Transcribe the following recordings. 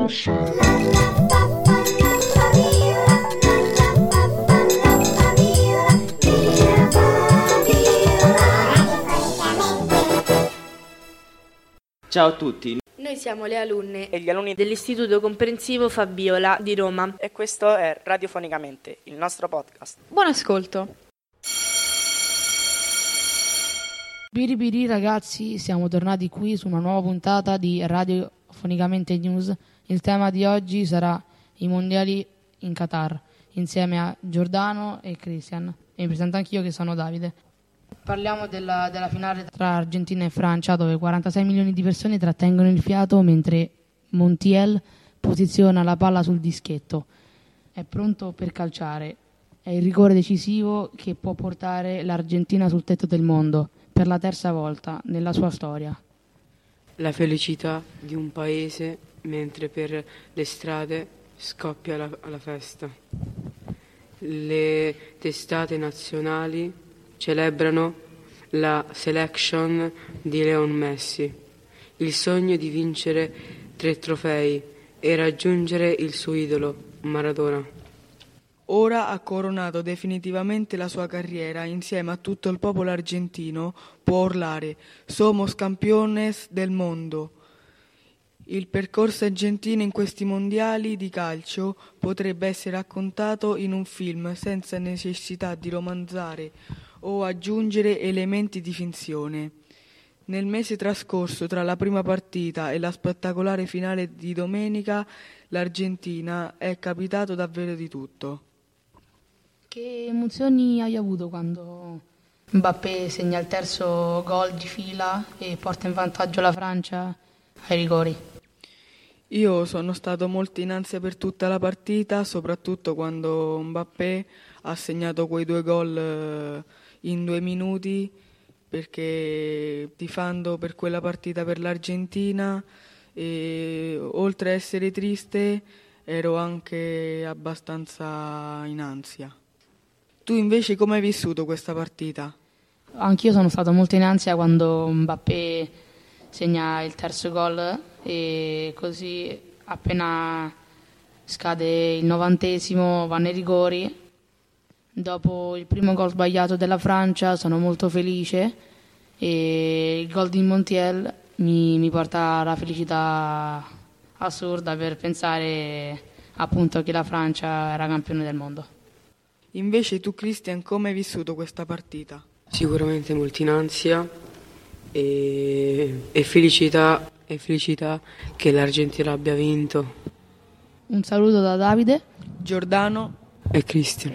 Ciao a tutti. Noi siamo le alunne e gli alunni dell'Istituto Comprensivo Fabiola di Roma. E questo è Radiofonicamente, il nostro podcast. Buon ascolto. Biribiri ragazzi, siamo tornati qui su una nuova puntata di Radiofonicamente News. Il tema di oggi sarà i mondiali in Qatar, insieme a Giordano e Christian. E mi presento anch'io, che sono Davide. Parliamo della finale tra Argentina e Francia, dove 46 milioni di persone trattengono il fiato mentre Montiel posiziona la palla sul dischetto. È pronto per calciare. È il rigore decisivo che può portare l'Argentina sul tetto del mondo per la terza volta nella sua storia. La felicità di un paese mentre per le strade scoppia la festa. Le testate nazionali celebrano la selection di Leon Messi, il sogno di vincere 3 trofei e raggiungere il suo idolo, Maradona. Ora ha coronato definitivamente la sua carriera. Insieme a tutto il popolo argentino può urlare «Somos campeones del mondo». Il percorso argentino in questi mondiali di calcio potrebbe essere raccontato in un film senza necessità di romanzare o aggiungere elementi di finzione. Nel mese trascorso tra la prima partita e la spettacolare finale di domenica, l'Argentina è capitato davvero di tutto. Che emozioni hai avuto quando Mbappé segna il terzo gol di fila e porta in vantaggio la Francia ai rigori? Io sono stato molto in ansia per tutta la partita, soprattutto quando Mbappé ha segnato quei 2 gol in 2 minuti, perché tifando per quella partita per l'Argentina, e oltre a essere triste ero anche abbastanza in ansia. Tu invece come hai vissuto questa partita? Anch'io sono stato molto in ansia quando Mbappé segna il terzo gol, e così appena scade il 90° vanno i rigori. Dopo il primo gol sbagliato della Francia sono molto felice, e il gol di Montiel mi porta alla felicità assurda per pensare appunto che la Francia era campione del mondo. Invece tu, Christian, come hai vissuto questa partita? Sicuramente molto in ansia e felicità che l'Argentina abbia vinto. Un saluto da Davide, Giordano e Christian.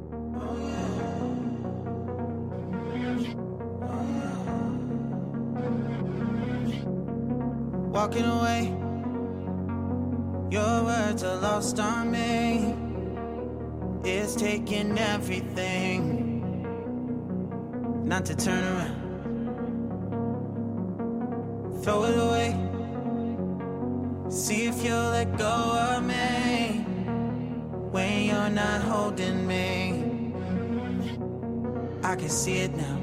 Walking away, your words are lost on me. It's taking everything not to turn around. Throw it away, see if you'll let go of me when you're not holding me. I can see it now.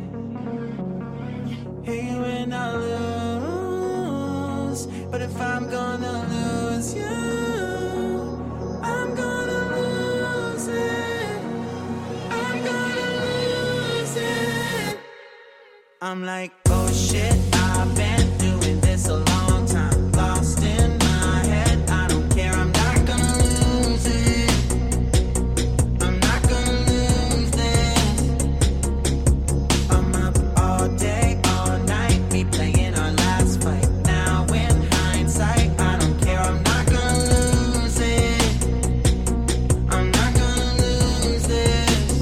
Hey, when I lose, but if I'm gonna lose you, I'm gonna lose it. I'm gonna lose it. I'm like, oh shit, I've been doing this a long time. Lost in my head, I don't care, I'm not gonna lose it. I'm not gonna lose this. I'm up all day, all night, replaying our last fight. Now in hindsight, I don't care, I'm not gonna lose it. I'm not gonna lose this.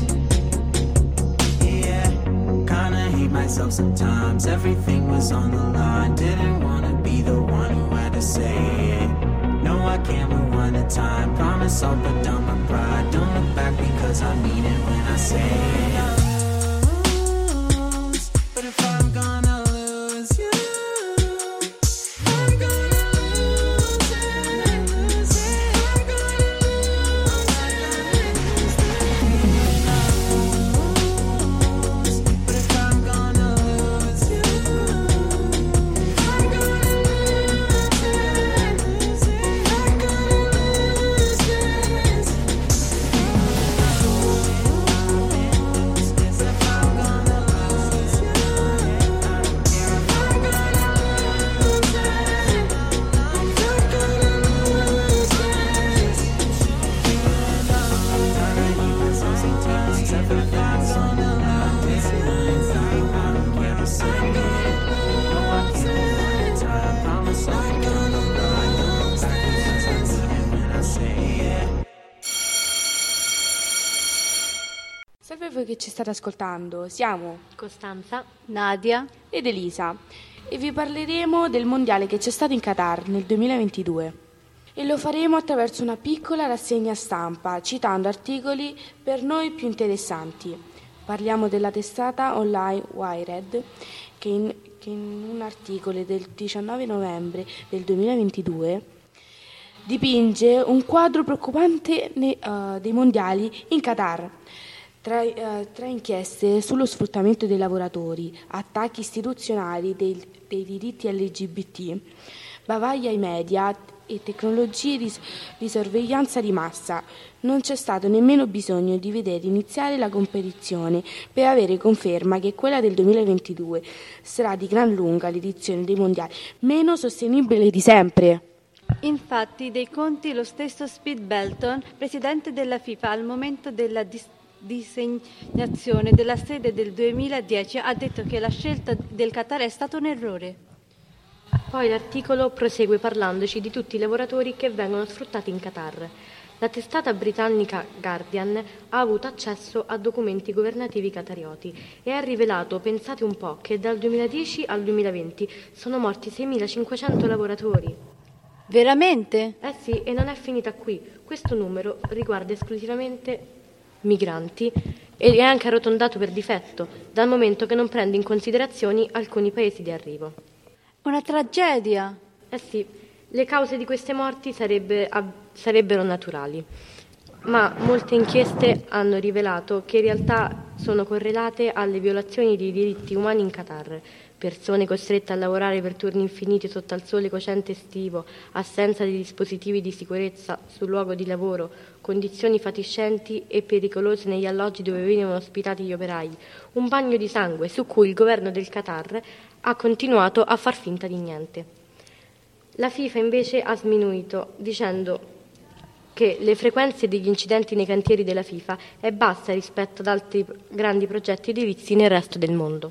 Yeah, kinda hate myself sometimes. Everything was on the line. Didn't wanna be the one who had to say it. No, I can't rewind the time. Promise I'll put down my pride. Don't look back because I mean it when I say it. But if I'm gonna lose you, I'm gonna lose it. I'm gonna lose it. But if I'm gonna lose you, I'm gonna lose it. I'm gonna lose it. voi che ci state ascoltando. Siamo Costanza, Nadia ed Elisa e vi parleremo del mondiale che c'è stato in Qatar nel 2022. E lo faremo attraverso una piccola rassegna stampa, citando articoli per noi più interessanti. Parliamo della testata online Wired, che in un articolo del 19 novembre del 2022 dipinge un quadro preoccupante dei mondiali in Qatar. Tra inchieste sullo sfruttamento dei lavoratori, attacchi istituzionali dei diritti LGBT, bavaglia ai media e tecnologie di sorveglianza di massa, non c'è stato nemmeno bisogno di vedere iniziare la competizione per avere conferma che quella del 2022 sarà di gran lunga l'edizione dei mondiali meno sostenibile di sempre. Infatti, dei conti, lo stesso Speed Belton, presidente della FIFA al momento della disegnazione della sede del 2010, ha detto che la scelta del Qatar è stato un errore. poi l'articolo prosegue parlandoci di tutti i lavoratori che vengono sfruttati in Qatar. La testata britannica Guardian ha avuto accesso a documenti governativi qatarioti e ha rivelato, pensate un po', che dal 2010 al 2020 sono morti 6.500 lavoratori. Veramente? Eh sì, e non è finita qui. Questo numero riguarda esclusivamente migranti e è anche arrotondato per difetto, dal momento che non prende in considerazione alcuni paesi di arrivo. Una tragedia! Eh sì, le cause di queste morti sarebbero naturali, ma molte inchieste hanno rivelato che in realtà sono correlate alle violazioni dei diritti umani in Qatar. Persone costrette a lavorare per turni infiniti sotto al sole cocente estivo, assenza di dispositivi di sicurezza sul luogo di lavoro, condizioni fatiscenti e pericolose negli alloggi dove venivano ospitati gli operai, un bagno di sangue su cui il governo del Qatar ha continuato a far finta di niente. La FIFA invece ha sminuito dicendo che le frequenze degli incidenti nei cantieri della FIFA è bassa rispetto ad altri grandi progetti edilizi nel resto del mondo.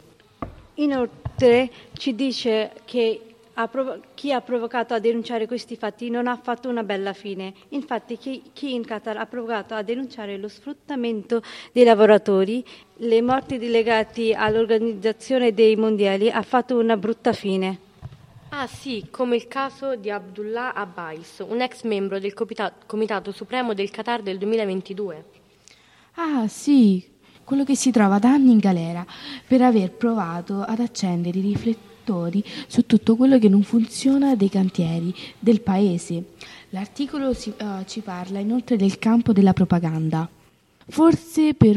Inoltre ci dice che chi ha provocato a denunciare questi fatti non ha fatto una bella fine. Infatti chi in Qatar ha provocato a denunciare lo sfruttamento dei lavoratori, le morti legate all'organizzazione dei mondiali ha fatto una brutta fine. Ah sì, come il caso di Abdullah Abbais, un ex membro del Comitato Supremo del Qatar del 2022. Ah sì, quello che si trova da anni in galera per aver provato ad accendere i riflettori su tutto quello che non funziona dei cantieri del paese. L'articolo ci parla inoltre del campo della propaganda. Forse per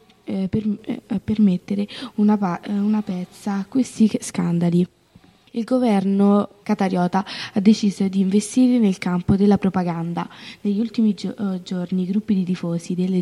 mettere una pezza a questi scandali, il governo qatariota ha deciso di investire nel campo della propaganda. Negli ultimi giorni i gruppi di tifosi delle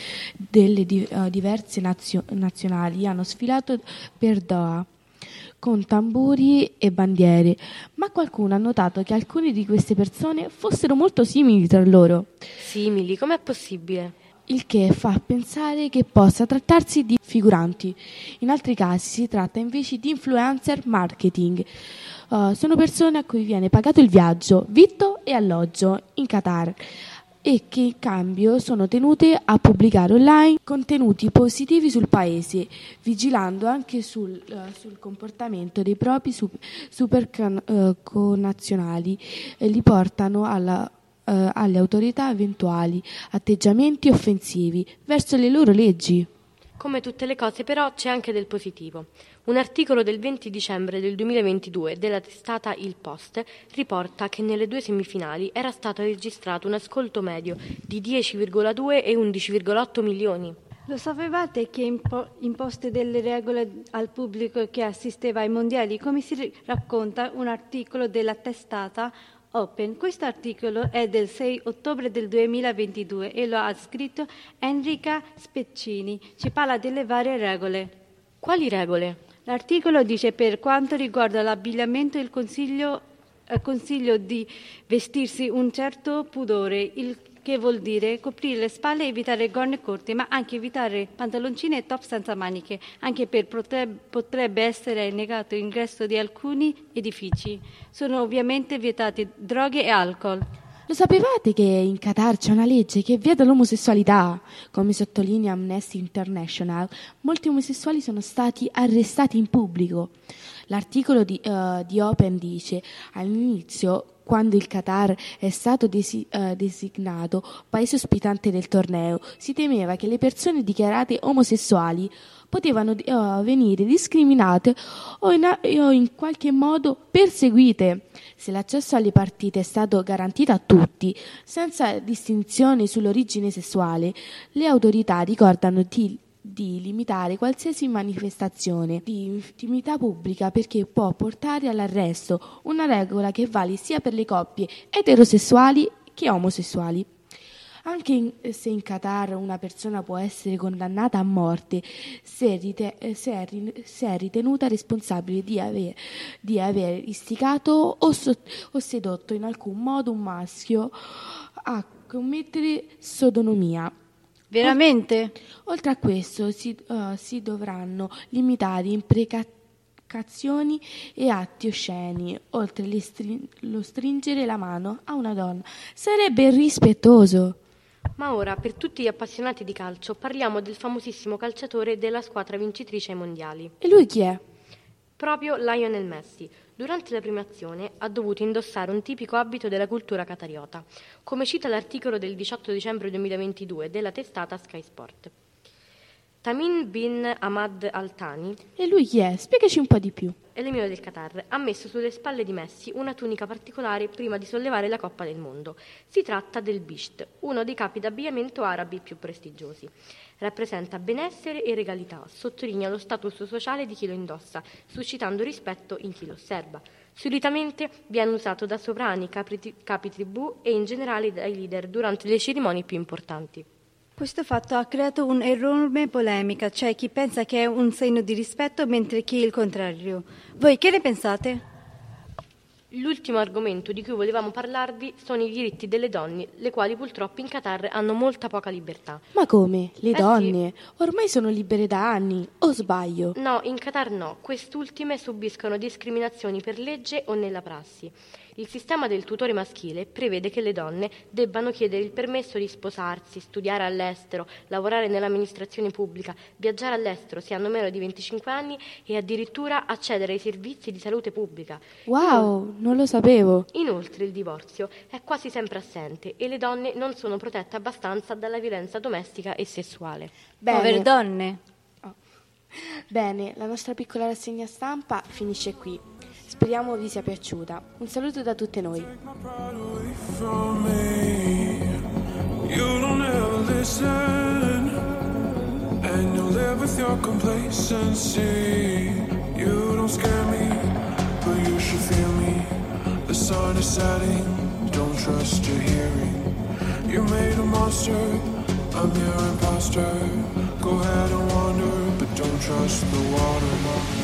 diverse nazionali hanno sfilato per Doha con tamburi e bandiere, ma qualcuno ha notato che alcune di queste persone fossero molto simili tra loro. Simili? Com'è possibile? Il che fa pensare che possa trattarsi di figuranti. In altri casi si tratta invece di influencer marketing. Sono persone a cui viene pagato il viaggio, vitto e alloggio in Qatar e che in cambio sono tenute a pubblicare online contenuti positivi sul paese, vigilando anche sul comportamento dei propri super connazionali e li portano alle autorità eventuali atteggiamenti offensivi verso le loro leggi. Come tutte le cose però c'è anche del positivo. Un articolo del 20 dicembre del 2022 della testata Il Post riporta che nelle due semifinali era stato registrato un ascolto medio di 10,2 e 11,8 milioni. Lo sapevate che imposte delle regole al pubblico che assisteva ai mondiali? Come si racconta un articolo della testata Open. Questo articolo è del 6 ottobre del 2022 e lo ha scritto Enrica Speccini. Ci parla delle varie regole. Quali regole? L'articolo dice per quanto riguarda l'abbigliamento il consiglio di vestirsi un certo pudore, il che vuol dire coprire le spalle e evitare gonne corte, ma anche evitare pantaloncini e top senza maniche, anche potrebbe essere negato l'ingresso di alcuni edifici. Sono ovviamente vietati droghe e alcol. Lo sapevate che in Qatar c'è una legge che vieta l'omosessualità? Come sottolinea Amnesty International, molti omosessuali sono stati arrestati in pubblico. L'articolo di Open dice: all'inizio, quando il Qatar è stato designato paese ospitante del torneo, si temeva che le persone dichiarate omosessuali potevano venire discriminate o in qualche modo perseguite. Se l'accesso alle partite è stato garantito a tutti, senza distinzione sull'origine sessuale, le autorità ricordano di limitare qualsiasi manifestazione di intimità pubblica perché può portare all'arresto, una regola che vale sia per le coppie eterosessuali che omosessuali. Anche se in Qatar una persona può essere condannata a morte se è ritenuta responsabile di aver istigato o sedotto in alcun modo un maschio a commettere sodomia. Veramente? Oltre a questo si dovranno limitare imprecazioni e atti osceni, oltre lo stringere la mano a una donna. Sarebbe irrispettoso. Ma ora, per tutti gli appassionati di calcio, parliamo del famosissimo calciatore della squadra vincitrice ai mondiali. E lui chi è? Proprio Lionel Messi. Durante la premiazione ha dovuto indossare un tipico abito della cultura qatariota, come cita l'articolo del 18 dicembre 2022 della testata Sky Sport. Tamim bin Hamad Al Thani, E lui chi è? Spiegaci un po' di più. l'emiro del Qatar, ha messo sulle spalle di Messi una tunica particolare prima di sollevare la Coppa del Mondo. Si tratta del Bisht, uno dei capi d'abbigliamento arabi più prestigiosi. Rappresenta benessere e regalità, sottolinea lo status sociale di chi lo indossa, suscitando rispetto in chi lo osserva. Solitamente viene usato da sovrani, capi tribù e in generale dai leader durante le cerimonie più importanti. Questo fatto ha creato un'enorme polemica, cioè chi pensa che è un segno di rispetto mentre chi è il contrario. Voi che ne pensate? L'ultimo argomento di cui volevamo parlarvi sono i diritti delle donne, le quali purtroppo in Qatar hanno molta poca libertà. Ma come? Le Sì. donne? Ormai sono libere da anni, o sbaglio? No, in Qatar no. Quest'ultime subiscono discriminazioni per legge o nella prassi. Il sistema del tutore maschile prevede che le donne debbano chiedere il permesso di sposarsi, studiare all'estero, lavorare nell'amministrazione pubblica, viaggiare all'estero se hanno meno di 25 anni e addirittura accedere ai servizi di salute pubblica. Wow, non lo sapevo. Inoltre il divorzio è quasi sempre assente e le donne non sono protette abbastanza dalla violenza domestica e sessuale. Povere donne. Bene, la nostra piccola rassegna stampa finisce qui. Speriamo vi sia piaciuta. Un saluto da tutte noi. From me, you don't ever listen, and you live with your complacency. You don't scare me, but you should fear me. The sun is setting, don't trust your hearing. You made a monster, I'm your imposter. Go ahead and wander, but don't trust the water.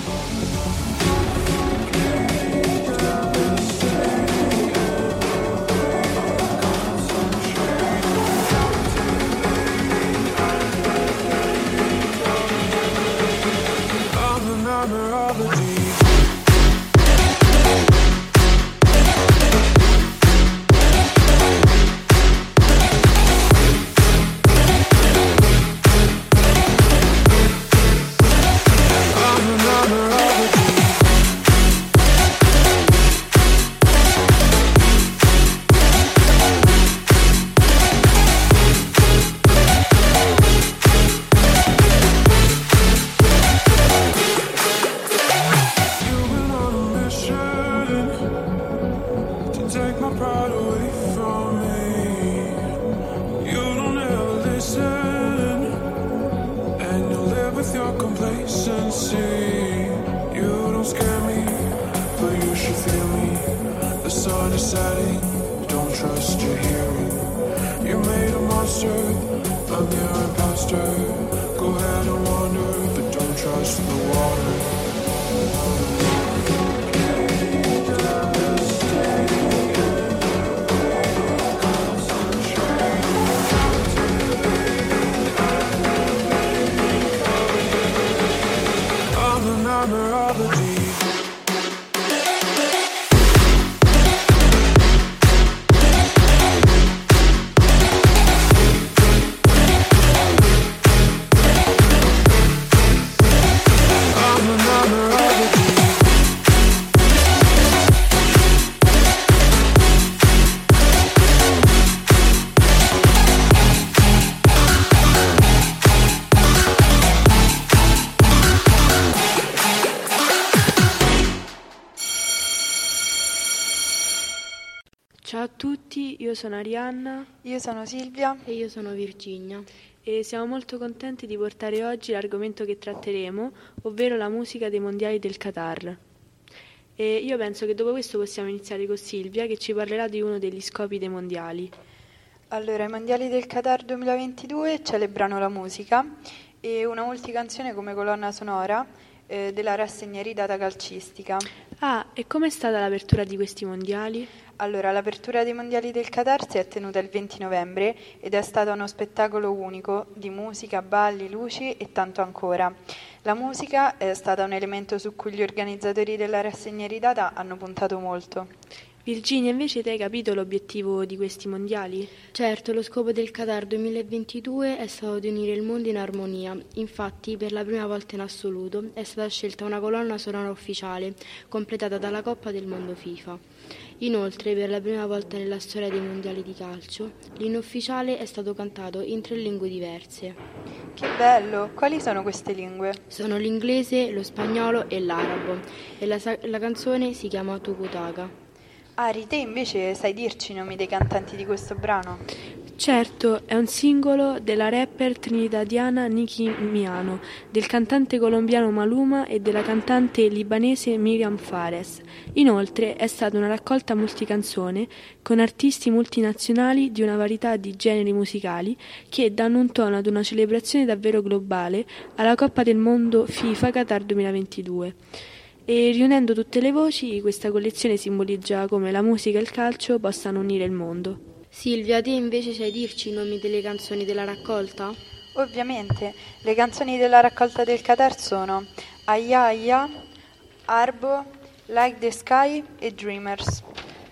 Ciao a tutti, io sono Arianna. Io sono Silvia. E io sono Virginia. E siamo molto contenti di portare oggi l'argomento che tratteremo, ovvero la musica dei mondiali del Qatar. E io penso che dopo questo possiamo iniziare con Silvia, che ci parlerà di uno degli scopi dei mondiali. Allora, i mondiali del Qatar 2022 celebrano la musica e una multicanzone come colonna sonora della rassegna ridata calcistica. Ah, e com'è stata l'apertura di questi mondiali? Allora, l'apertura dei mondiali del Qatar si è tenuta il 20 novembre ed è stato uno spettacolo unico di musica, balli, luci e tanto ancora. La musica è stata un elemento su cui gli organizzatori della rassegna ridata hanno puntato molto. Virginia, invece, te hai capito l'obiettivo di questi mondiali? Certo, lo scopo del Qatar 2022 è stato di unire il mondo in armonia. Infatti, per la prima volta in assoluto, è stata scelta una colonna sonora ufficiale, completata dalla Coppa del Mondo FIFA. Inoltre, per la prima volta nella storia dei mondiali di calcio, l'inno ufficiale è stato cantato in 3 lingue diverse. Che bello! Quali sono queste lingue? Sono l'inglese, lo spagnolo e l'arabo. E la canzone si chiama Tukutaka. Ari, te invece sai dirci i nomi dei cantanti di questo brano? Certo, è un singolo della rapper trinidadiana Nicki Miano, del cantante colombiano Maluma e della cantante libanese Miriam Fares. Inoltre è stata una raccolta multicanzone con artisti multinazionali di una varietà di generi musicali che danno un tono ad una celebrazione davvero globale alla Coppa del Mondo FIFA Qatar 2022. E riunendo tutte le voci, questa collezione simboleggia come la musica e il calcio possano unire il mondo. Silvia, te invece sai dirci i nomi delle canzoni della raccolta? Ovviamente, le canzoni della raccolta del Qatar sono Aya Aya, Arbo, Like the Sky e Dreamers.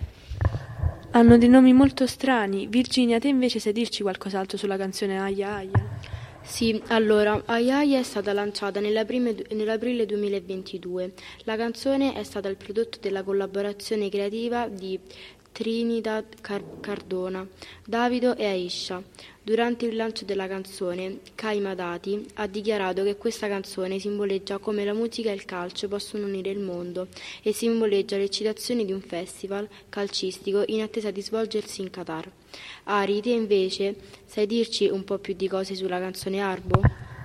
Hanno dei nomi molto strani. Virginia, te invece sai dirci qualcos'altro sulla canzone Aya Aya? Sì, allora, Ayaya è stata lanciata nell'aprile 2022. La canzone è stata il prodotto della collaborazione creativa di Trinidad Cardona, Davido e Aisha. Durante il lancio della canzone, Kai Madati ha dichiarato che questa canzone simboleggia come la musica e il calcio possono unire il mondo e simboleggia l'eccitazione di un festival calcistico in attesa di svolgersi in Qatar. Ari, te invece sai dirci un po' più di cose sulla canzone Arbo?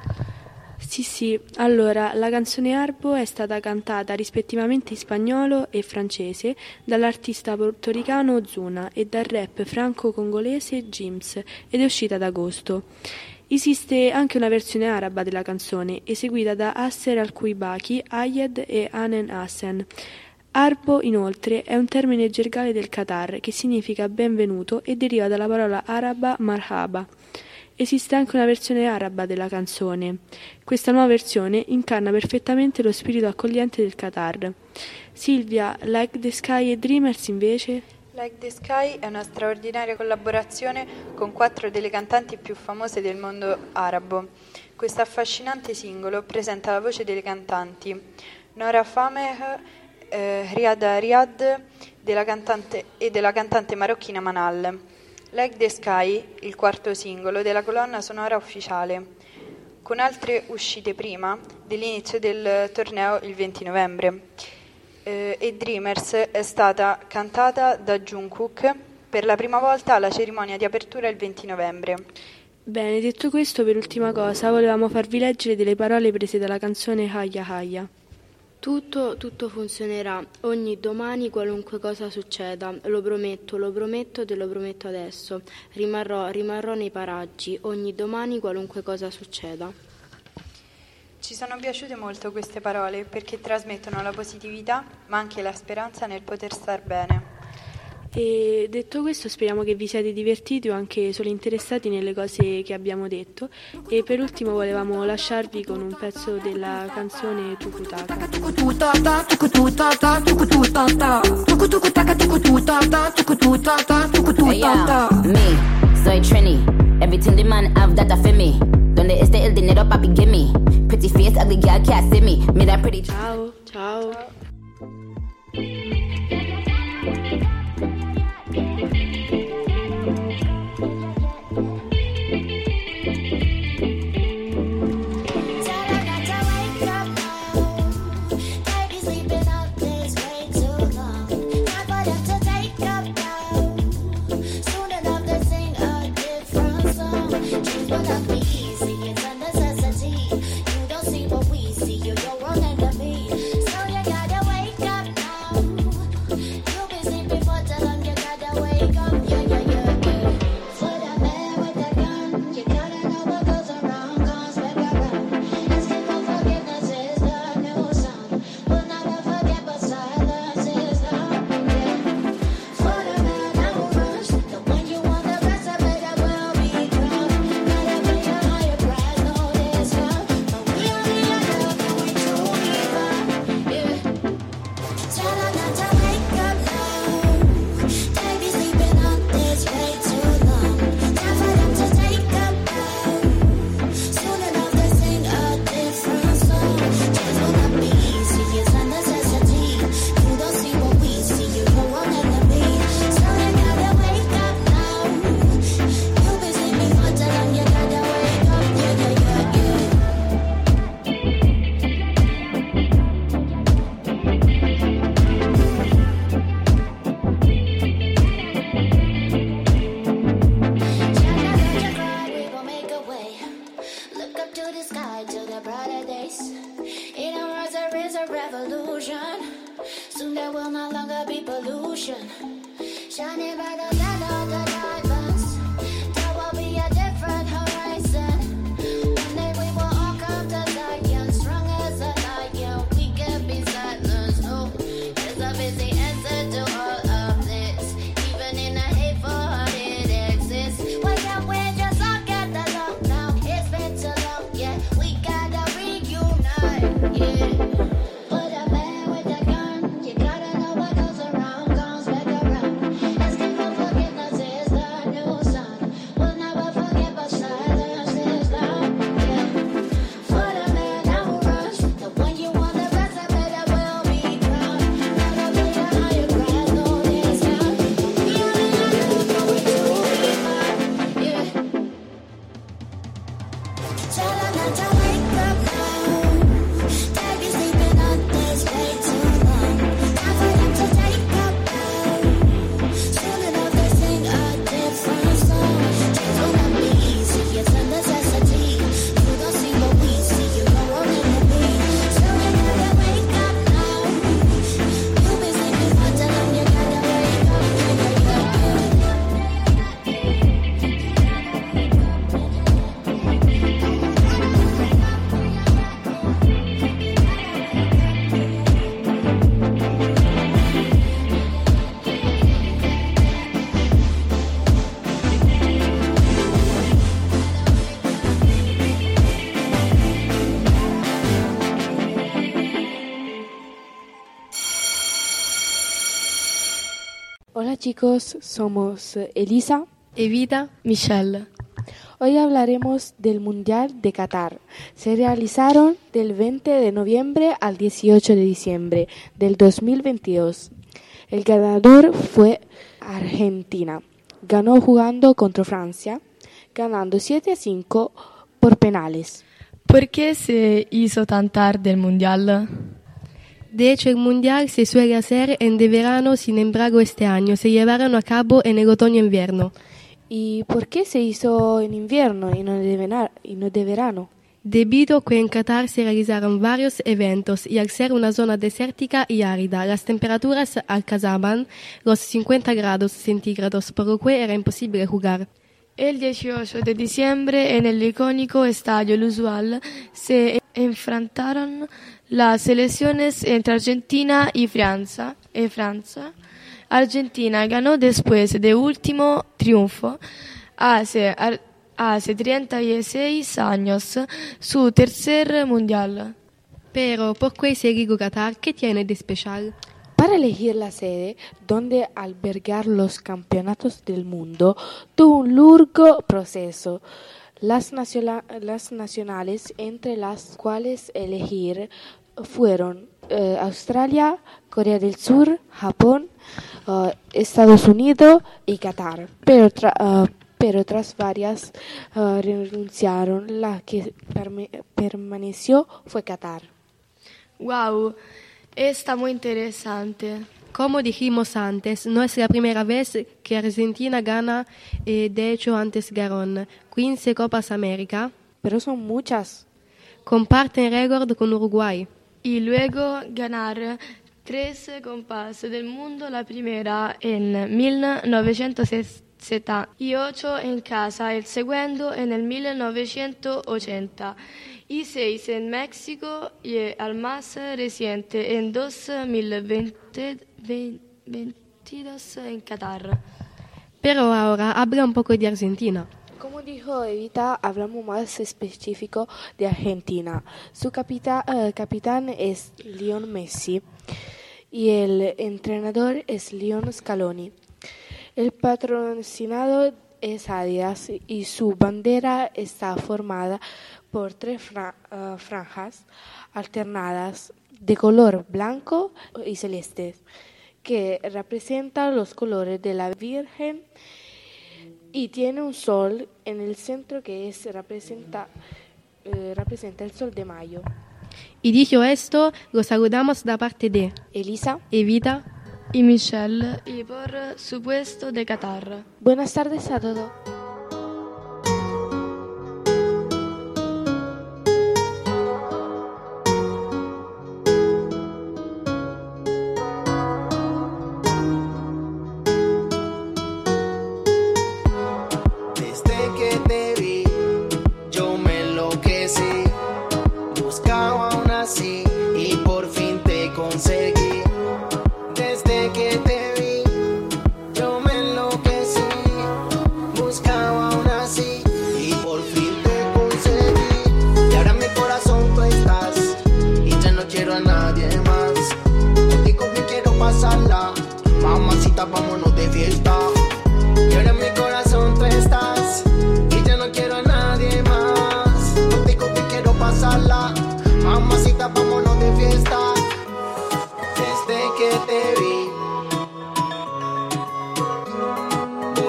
Sì, allora la canzone Arbo è stata cantata rispettivamente in spagnolo e francese dall'artista portoricano Ozuna e dal rap franco-congolese Jims ed è uscita ad agosto. Esiste anche una versione araba della canzone eseguita da Asser Al-Kuibaki, Ayed e Anen Hassen. Arbo, inoltre, è un termine gergale del Qatar che significa benvenuto e deriva dalla parola araba marhaba. Esiste anche una versione araba della canzone. Questa nuova versione incarna perfettamente lo spirito accogliente del Qatar. Silvia, Like the Sky e Dreamers invece? Like the Sky è una straordinaria collaborazione con 4 delle cantanti più famose del mondo arabo. Questo affascinante singolo presenta la voce delle cantanti Nora Fameh, Riad Riyad della cantante marocchina Manal. Like the Sky, il 4º singolo della colonna sonora ufficiale, con altre uscite prima dell'inizio del torneo il 20 novembre. E Dreamers è stata cantata da Jungkook per la prima volta alla cerimonia di apertura il 20 novembre. Bene, detto questo, per ultima cosa, volevamo farvi leggere delle parole prese dalla canzone Haya Haya. Tutto funzionerà, ogni domani qualunque cosa succeda, lo prometto, te lo prometto adesso, rimarrò nei paraggi, ogni domani qualunque cosa succeda. Ci sono piaciute molto queste parole perché trasmettono la positività ma anche la speranza nel poter star bene. E detto questo, speriamo che vi siate divertiti o anche solo interessati nelle cose che abbiamo detto. E per ultimo volevamo lasciarvi con un pezzo della canzone Tukutaka. Me, soy Trini. Everything the man have that for me. Donde esté el dinero papi give me. Pretty face, ugly girl can't see me. Me that pretty. Ciao. blinded by the land of the diverse. There will be a different horizon. One day we will all come to Zion, strong as a lion. We can be silent, no. There's a busy answer to all of this. Even in a hateful heart it exists. Why can't we just all get along now? It's been too long, yeah. We gotta reunite, yeah. Put a man with a gun. You gotta know what goes around comes back around. Asking for forgiveness is the new song. We'll never forget, but silence is loud, yeah. For the man I will rush, the one you want the best, I bet I will be proud. Gotta be a higher ground, no discount. We only have to go to be mine, yeah. Tell them not to wake up now. They've been sleeping on this way too long. Time for them to take a bow. Soon enough they sing a different song. Change will not be easy, it's a necessity. You don't see what we see, you know what it will be. So you gotta wake up now. You've been sleeping for too long, you gotta wake up. Hola chicos, somos Elisa, Evita, Michelle. Hoy hablaremos del Mundial de Qatar. Se realizaron del 20 de noviembre al 18 de diciembre del 2022. El ganador fue Argentina. Ganó jugando contra Francia, ganando 7-5 por penales. ¿Por qué se hizo tan tarde el Mundial? De hecho, el mundial se suele hacer en de verano, sin embargo, este año se llevaron a cabo en el otoño-invierno. ¿Y por qué se hizo en invierno y no de verano? Debido a que en Qatar se realizaron varios eventos y al ser una zona desértica y árida, las temperaturas alcanzaban los 50 grados centígrados, por lo que era imposible jugar. El 18 de diciembre, en el icónico estadio Lusail, se enfrentaron las selecciones entre Argentina y Francia. Argentina ganó después de último triunfo hace 36 años su tercer mundial. Pero, ¿por qué se eligió Qatar? ¿Qué tiene de especial? Para elegir la sede donde albergar los campeonatos del mundo, tuvo un largo proceso. Las nacionales entre las cuales elegir fueron Australia, Corea del Sur, Japón, Estados Unidos y Qatar. Pero tras varias renunciaron, la que permaneció fue Qatar. ¡Wow! Está muy interesante. Como dijimos antes, no es la primera vez que Argentina gana, de hecho antes ganaron 15 Copas América. Pero son muchas. Comparten récord con Uruguay. Y luego ganar 3 Copas del Mundo, la primera en 1978 en casa, el segundo en el 1980 y 6 en México y el más reciente en 2022 en Qatar. Pero ahora habla un poco de Argentina. Como dijo Evita, hablamos más específico de Argentina. Su capitán es Lionel Messi y el entrenador es Lionel Scaloni. El patrocinador es Adidas y su bandera está formada por 3 franjas alternadas de color blanco y celeste que representan los colores de la Virgen, y tiene un sol en el centro que representa el sol de mayo. Y dicho esto, los saludamos de parte de Elisa, Evita y Michelle, y por supuesto de Qatar. Buenas tardes a todos.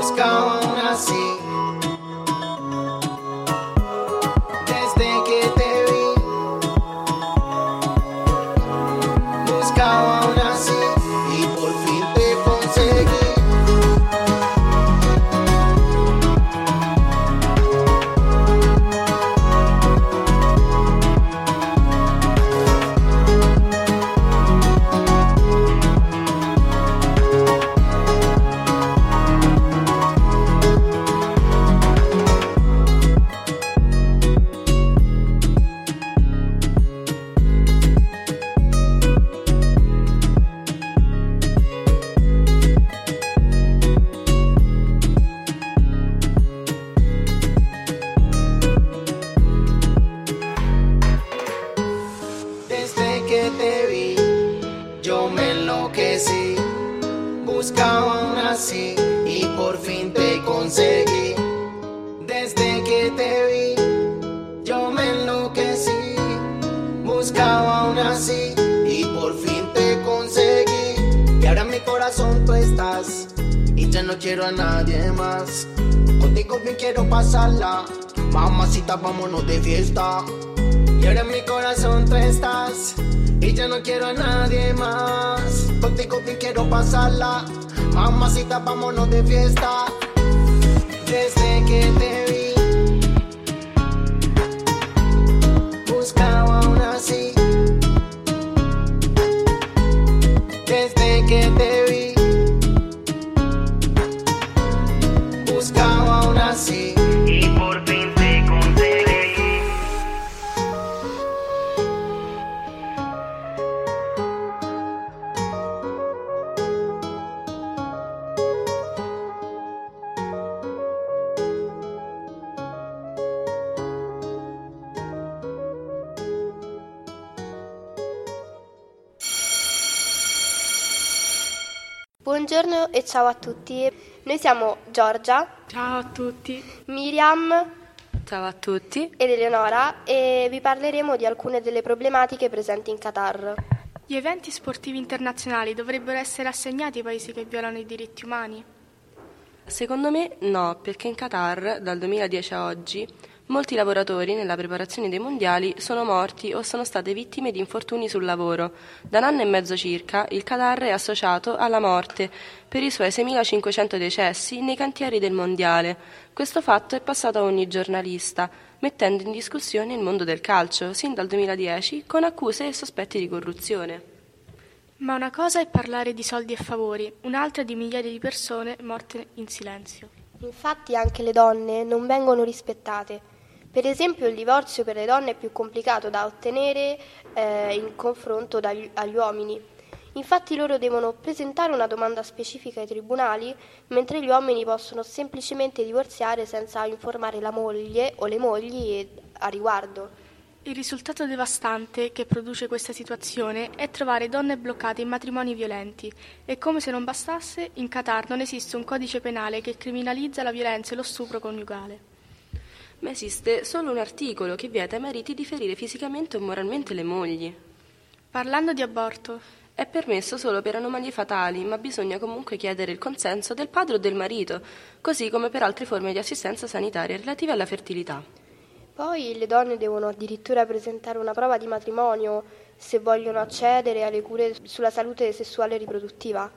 buscaba una así. Desde que te vi, buscaba una así y por fin te conseguí. Desde que te vi, yo me enloquecí. Buscaba una así y por fin te conseguí. Desde que te vi, yo me enloquecí. Buscaba una así y por fin te conseguí. Y ahora en mi corazón tú estás y ya no quiero a nadie más. Contigo bien quiero pasarla, mamacita, vámonos de fiesta. Y ahora en mi corazón tú estás y ya no quiero a nadie más. Contigo bien quiero pasarla, mamacita, vámonos de fiesta. Desde que te vi, buscaba una así. Desde que te vi, buscaba una así y por fin te conseguí. Buongiorno e ciao a tutti. Noi siamo Giorgia. Ciao a tutti. Miriam. Ciao a tutti. Ed Eleonora e vi parleremo di alcune delle problematiche presenti in Qatar. Gli eventi sportivi internazionali dovrebbero essere assegnati ai paesi che violano i diritti umani? Secondo me no, perché in Qatar, dal 2010 a oggi, molti lavoratori nella preparazione dei mondiali sono morti o sono state vittime di infortuni sul lavoro. Da un anno e mezzo circa il Qatar è associato alla morte per i suoi 6.500 decessi nei cantieri del mondiale. Questo fatto è passato a ogni giornalista, mettendo in discussione il mondo del calcio, sin dal 2010, con accuse e sospetti di corruzione. Ma una cosa è parlare di soldi e favori, un'altra di migliaia di persone morte in silenzio. Infatti anche le donne non vengono rispettate. Per esempio il divorzio per le donne è più complicato da ottenere in confronto agli uomini. Infatti loro devono presentare una domanda specifica ai tribunali, mentre gli uomini possono semplicemente divorziare senza informare la moglie o le mogli a riguardo. Il risultato devastante che produce questa situazione è trovare donne bloccate in matrimoni violenti e, come se non bastasse, in Qatar non esiste un codice penale che criminalizza la violenza e lo stupro coniugale. Ma esiste solo un articolo che vieta ai mariti di ferire fisicamente o moralmente le mogli. Parlando di aborto, è permesso solo per anomalie fatali, ma bisogna comunque chiedere il consenso del padre o del marito, così come per altre forme di assistenza sanitaria relative alla fertilità. Poi le donne devono addirittura presentare una prova di matrimonio se vogliono accedere alle cure sulla salute sessuale e riproduttiva.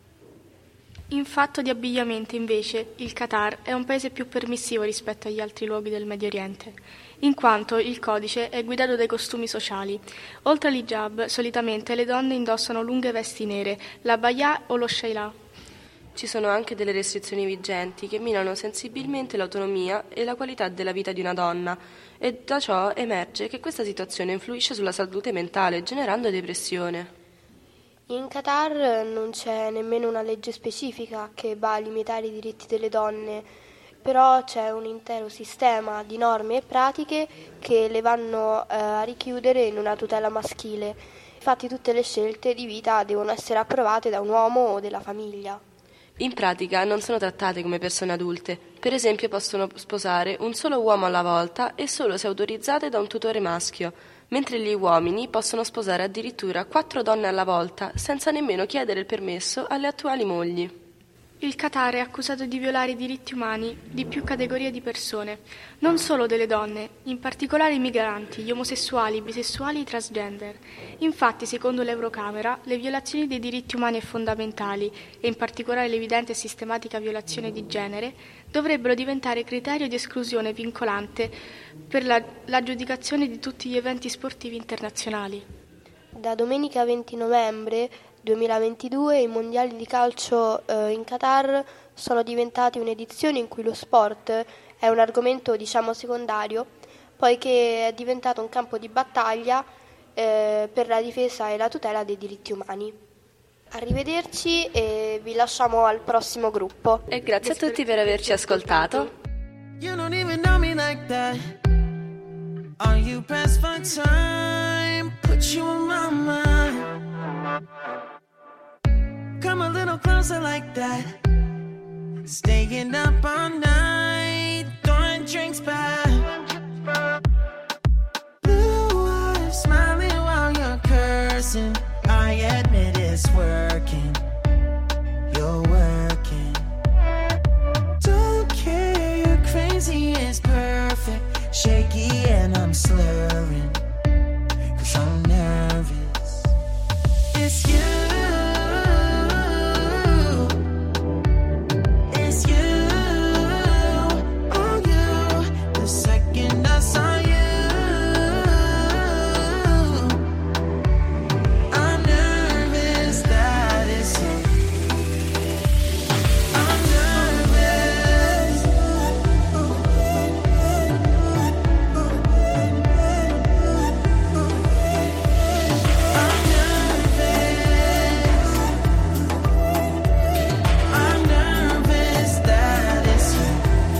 In fatto di abbigliamento, invece, il Qatar è un paese più permissivo rispetto agli altri luoghi del Medio Oriente, in quanto il codice è guidato dai costumi sociali. Oltre all'hijab, solitamente le donne indossano lunghe vesti nere, la baya o lo shayla. Ci sono anche delle restrizioni vigenti che minano sensibilmente l'autonomia e la qualità della vita di una donna, e da ciò emerge che questa situazione influisce sulla salute mentale, generando depressione. In Qatar non c'è nemmeno una legge specifica che va a limitare i diritti delle donne, però c'è un intero sistema di norme e pratiche che le vanno a richiudere in una tutela maschile. Infatti tutte le scelte di vita devono essere approvate da un uomo o della famiglia. In pratica non sono trattate come persone adulte. Per esempio possono sposare un solo uomo alla volta e solo se autorizzate da un tutore maschio, mentre gli uomini possono sposare addirittura 4 donne alla volta senza nemmeno chiedere il permesso alle attuali mogli. Il Qatar è accusato di violare i diritti umani di più categorie di persone, non solo delle donne, in particolare i migranti, gli omosessuali, i bisessuali e i transgender. Infatti, secondo l'Eurocamera, le violazioni dei diritti umani e fondamentali, e in particolare l'evidente e sistematica violazione di genere, dovrebbero diventare criterio di esclusione vincolante per l'aggiudicazione di tutti gli eventi sportivi internazionali. Da domenica 20 novembre 2022 i mondiali di calcio in Qatar sono diventati un'edizione in cui lo sport è un argomento secondario, poiché è diventato un campo di battaglia per la difesa e la tutela dei diritti umani. Arrivederci e vi lasciamo al prossimo gruppo. E grazie a tutti per averci ascoltato. You don't even know me like that. Are you pressed for time? Put you in my mind. Come a little closer like that. Staying up all night, throwing drinks back. Blue eyes smiling while you're cursing. I admit it's working. You're working. Don't care, you're crazy, it's perfect. Shaky and I'm slurring, 'cause I'm nervous. It's you. It's you. Oh, you. The second I saw you, I'm nervous that it's you. I'm nervous. I'm nervous that it's you.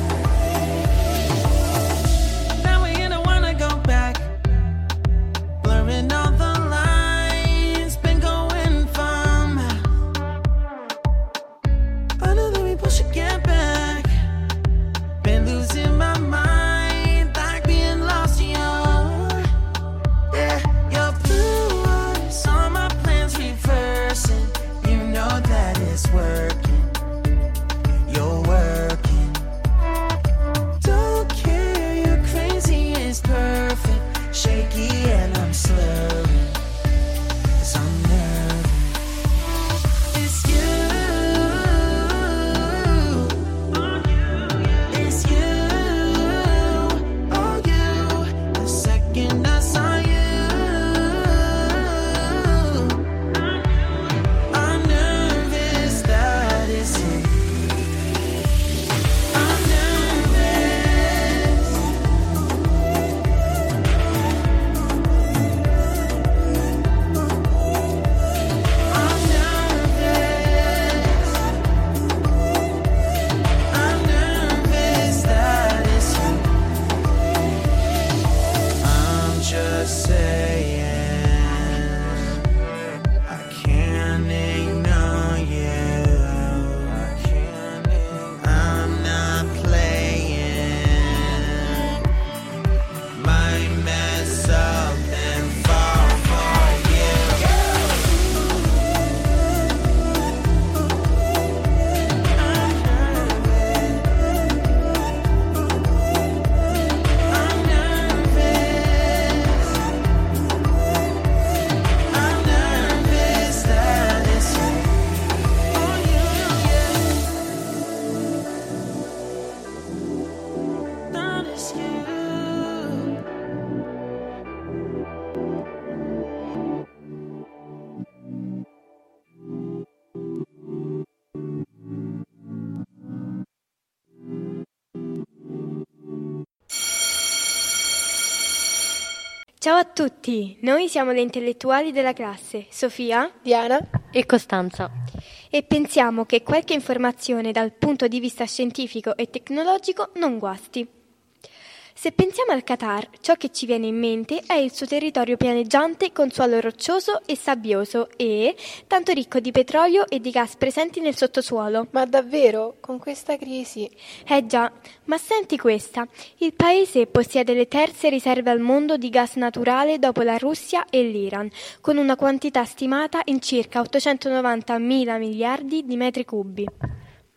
Now we don't wanna go back. Blurring all the lines, been going from. I know that we both should get back. Been losing my mind, like being lost in your blue eyes, all my plans reversing. You know that it's working. You're working. Don't care, you're crazy, it's perfect. Shaky and I'm slurring, 'cause I'm nervous. It's you. It's you. Oh, you. The second I saw you, I'm nervous that it's you. I'm nervous. I'm nervous. I'm nervous that it's you. I'm just saying, I can't ignore you. I'm not playing. Might mess up and fall for you. I'm nervous. I'm nervous that it's you. Oh, yeah. That it's you. Ciao a tutti, noi siamo le intellettuali della classe, Sofia, Diana e Costanza. e pensiamo che qualche informazione dal punto di vista scientifico e tecnologico non guasti. Se pensiamo al Qatar, ciò che ci viene in mente è il suo territorio pianeggiante con suolo roccioso e sabbioso e tanto ricco di petrolio e di gas presenti nel sottosuolo. Ma davvero? Con questa crisi? Già, ma senti questa. Il paese possiede le terze riserve al mondo di gas naturale dopo la Russia e l'Iran, con una quantità stimata in circa 890.000 miliardi di metri cubi.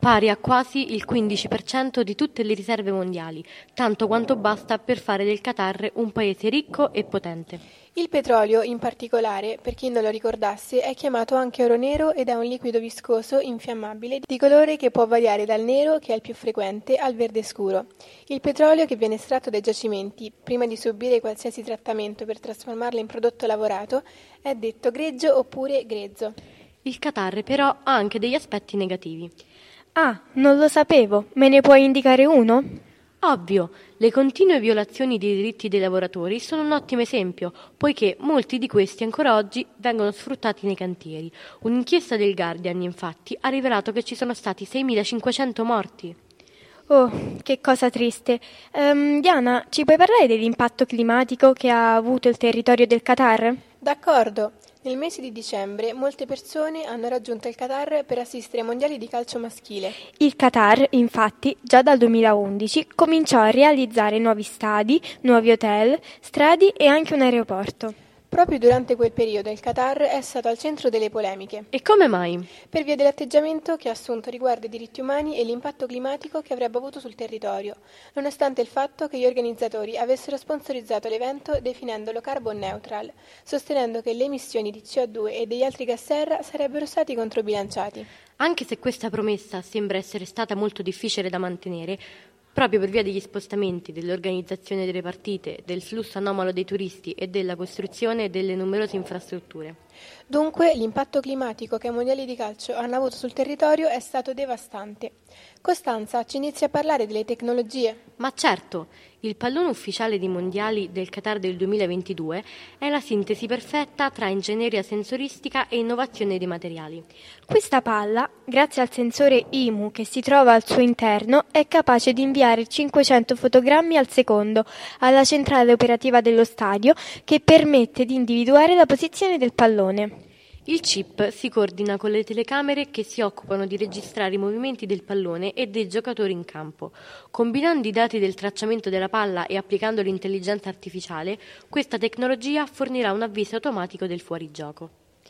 pari a quasi il 15% di tutte le riserve mondiali, tanto quanto basta per fare del Qatar un paese ricco e potente. Il petrolio, in particolare, per chi non lo ricordasse, è chiamato anche oro nero ed è un liquido viscoso, infiammabile, di colore che può variare dal nero, che è il più frequente, al verde scuro. Il petrolio che viene estratto dai giacimenti, prima di subire qualsiasi trattamento per trasformarlo in prodotto lavorato, è detto greggio oppure grezzo. Il Qatar però ha anche degli aspetti negativi. Ah, non lo sapevo. Me ne puoi indicare uno? Ovvio, le continue violazioni dei diritti dei lavoratori sono un ottimo esempio, poiché molti di questi ancora oggi vengono sfruttati nei cantieri. Un'inchiesta del Guardian, infatti, ha rivelato che ci sono stati 6.500 morti. Oh, che cosa triste. Diana, ci puoi parlare dell'impatto climatico che ha avuto il territorio del Qatar? D'accordo. Nel mese di dicembre molte persone hanno raggiunto il Qatar per assistere ai mondiali di calcio maschile. Il Qatar, infatti, già dal 2011 cominciò a realizzare nuovi stadi, nuovi hotel, strade e anche un aeroporto. Proprio durante quel periodo il Qatar è stato al centro delle polemiche. E come mai? Per via dell'atteggiamento che ha assunto riguardo ai diritti umani e l'impatto climatico che avrebbe avuto sul territorio, nonostante il fatto che gli organizzatori avessero sponsorizzato l'evento definendolo carbon neutral, sostenendo che le emissioni di CO2 e degli altri gas serra sarebbero stati controbilanciati. Anche se questa promessa sembra essere stata molto difficile da mantenere, proprio per via degli spostamenti, dell'organizzazione delle partite, del flusso anomalo dei turisti e della costruzione delle numerose infrastrutture. Dunque, l'impatto climatico che i mondiali di calcio hanno avuto sul territorio è stato devastante. Costanza, ci inizi a parlare delle tecnologie? Ma certo, il pallone ufficiale dei mondiali del Qatar del 2022 è la sintesi perfetta tra ingegneria sensoristica e innovazione dei materiali. Questa palla, grazie al sensore IMU che si trova al suo interno, è capace di inviare 500 fotogrammi al secondo alla centrale operativa dello stadio, che permette di individuare la posizione del pallone. Il chip si coordina con le telecamere che si occupano di registrare i movimenti del pallone e dei giocatori in campo. Combinando i dati del tracciamento della palla e applicando l'intelligenza artificiale, questa tecnologia fornirà un avviso automatico del fuorigioco.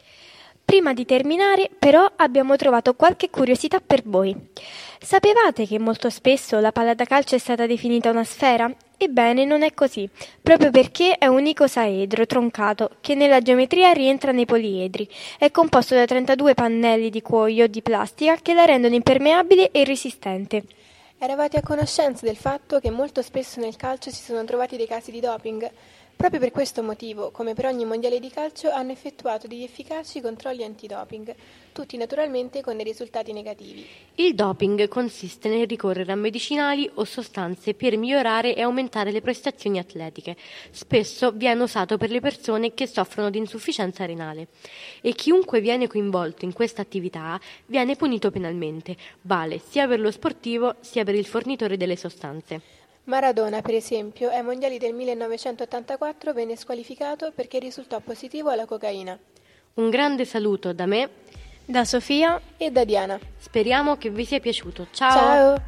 Prima di terminare, però, abbiamo trovato qualche curiosità per voi. Sapevate che molto spesso la palla da calcio è stata definita una sfera? Ebbene, non è così, proprio perché è un icosaedro troncato che nella geometria rientra nei poliedri. È composto da 32 pannelli di cuoio di plastica che la rendono impermeabile e resistente. Eravate a conoscenza del fatto che molto spesso nel calcio si sono trovati dei casi di doping? Proprio per questo motivo, come per ogni mondiale di calcio, hanno effettuato degli efficaci controlli antidoping, tutti naturalmente con dei risultati negativi. Il doping consiste nel ricorrere a medicinali o sostanze per migliorare e aumentare le prestazioni atletiche. Spesso viene usato per le persone che soffrono di insufficienza renale e chiunque viene coinvolto in questa attività viene punito penalmente, vale sia per lo sportivo sia per il fornitore delle sostanze. Maradona, per esempio, ai mondiali del 1984 venne squalificato perché risultò positivo alla cocaina. Un grande saluto da me, da Sofia e da Diana. Speriamo che vi sia piaciuto. Ciao! Ciao!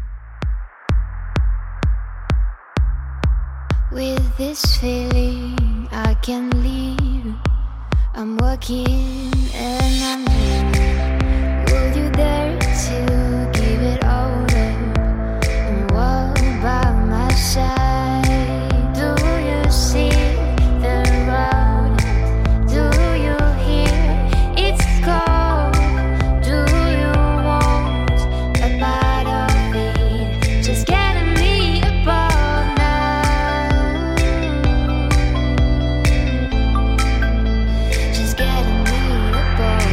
With this feeling I can leave. I'm walking and I'm leaving. Will you dare to give it all up and walk by my side? Do you see the road? Do you hear it's cold? Do you want a bite of it? Just getting me above now. Just getting me above.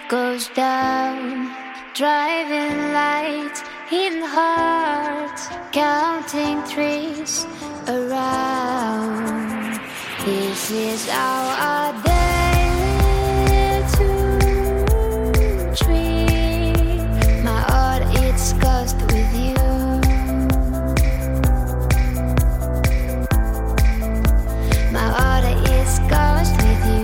goes down. Driving lights in hearts, counting trees around. This is our day to dream. My heart it's cursed with you. My heart is cursed with you.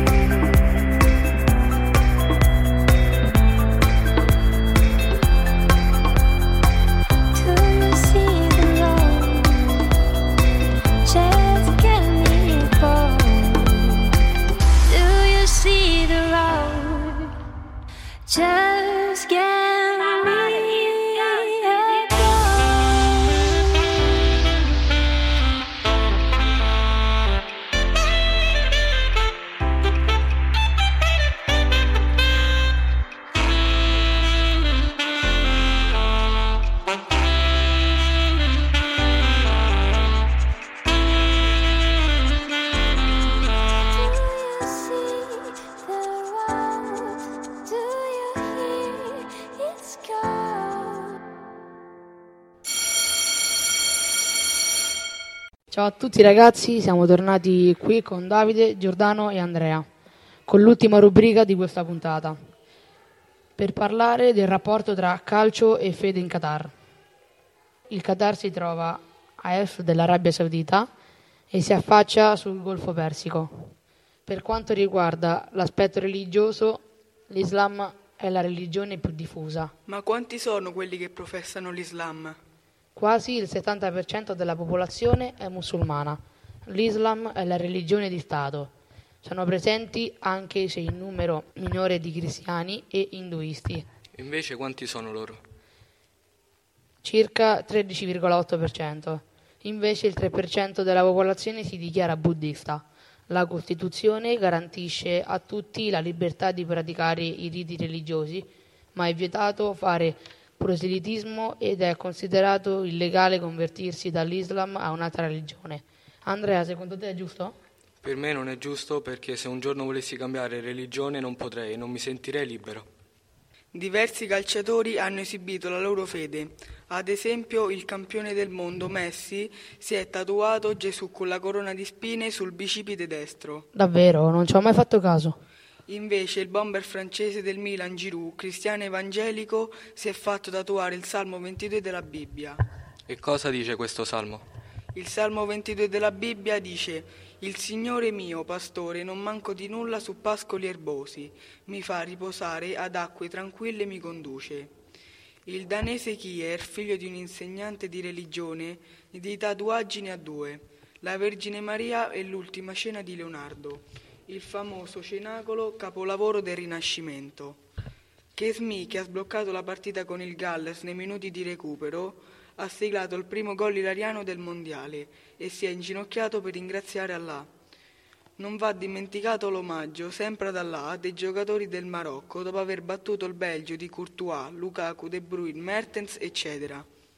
Just get Ciao a tutti ragazzi, siamo tornati qui con Davide, Giordano e Andrea, con l'ultima rubrica di questa puntata, per parlare del rapporto tra calcio e fede in Qatar. Il Qatar si trova a est dell'Arabia Saudita e si affaccia sul Golfo Persico. Per quanto riguarda l'aspetto religioso, l'Islam è la religione più diffusa. Ma quanti sono quelli che professano l'Islam? Quasi il 70% della popolazione è musulmana. L'Islam è la religione di Stato. Sono presenti anche se in numero minore di cristiani e induisti. Invece quanti sono loro? Circa 13,8%. Invece il 3% della popolazione si dichiara buddista. La Costituzione garantisce a tutti la libertà di praticare i riti religiosi, ma è vietato fare proselitismo ed è considerato illegale convertirsi dall'Islam a un'altra religione. Andrea, secondo te è giusto? Per me non è giusto, perché se un giorno volessi cambiare religione non potrei, non mi sentirei libero. Diversi calciatori hanno esibito la loro fede. Ad esempio, il campione del mondo Messi si è tatuato Gesù con la corona di spine sul bicipite destro. Davvero? Non ci ho mai fatto caso. Invece il bomber francese del Milan Giroud, cristiano evangelico, si è fatto tatuare il Salmo 22 della Bibbia. E cosa dice questo salmo? Il Salmo 22 della Bibbia dice: «Il Signore mio, pastore, non manco di nulla su pascoli erbosi, mi fa riposare ad acque tranquille mi conduce». Il danese Kier, figlio di un insegnante di religione, di tatuaggi ne ha due: la Vergine Maria e l'Ultima Cena di Leonardo, il famoso cenacolo capolavoro del Rinascimento. Chesmi, che ha sbloccato la partita con il Galles nei minuti di recupero, ha siglato il primo gol ilariano del mondiale e si è inginocchiato per ringraziare Allah. Non va dimenticato l'omaggio, sempre ad Allah, dei giocatori del Marocco dopo aver battuto il Belgio di Courtois, Lukaku, De Bruyne, Mertens, eccetera.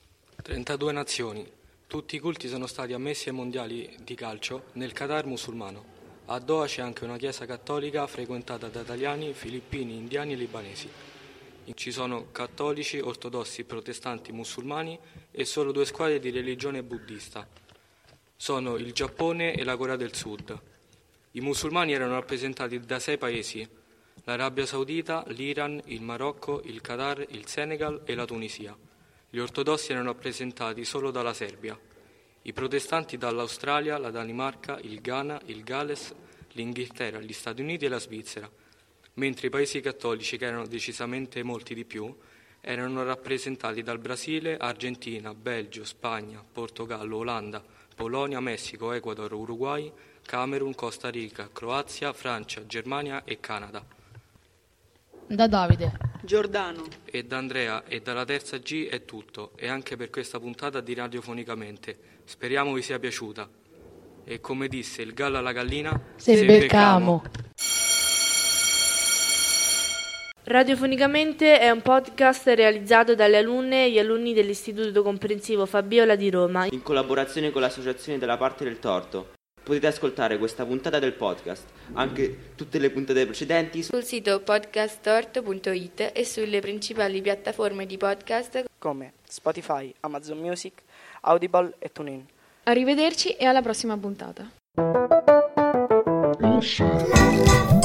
32 nazioni. Tutti i culti sono stati ammessi ai mondiali di calcio nel Qatar musulmano. A Doha c'è anche una chiesa cattolica frequentata da italiani, filippini, indiani e libanesi. Ci sono cattolici, ortodossi, protestanti, musulmani e solo 2 squadre di religione buddista. Sono il Giappone e la Corea del Sud. I musulmani erano rappresentati da 6 paesi: l'Arabia Saudita, l'Iran, il Marocco, il Qatar, il Senegal e la Tunisia. Gli ortodossi erano rappresentati solo dalla Serbia. I protestanti dall'Australia, la Danimarca, il Ghana, il Galles, l'Inghilterra, gli Stati Uniti e la Svizzera, mentre i paesi cattolici, che erano decisamente molti di più, erano rappresentati dal Brasile, Argentina, Belgio, Spagna, Portogallo, Olanda, Polonia, Messico, Ecuador, Uruguay, Camerun, Costa Rica, Croazia, Francia, Germania e Canada. Da Davide, Giordano e da Andrea e dalla terza G è tutto, e anche per questa puntata di Radiofonicamente. Speriamo vi sia piaciuta. E come disse il gallo alla gallina, se beccamo. Radiofonicamente è un podcast realizzato dalle alunne e gli alunni dell'Istituto Comprensivo Fabiola di Roma, in collaborazione con l'Associazione della Parte del Torto. Potete ascoltare questa puntata del podcast, anche tutte le puntate precedenti sul sito podcastorto.it e sulle principali piattaforme di podcast come Spotify, Amazon Music, Audible e TuneIn. Arrivederci e alla prossima puntata. La, la,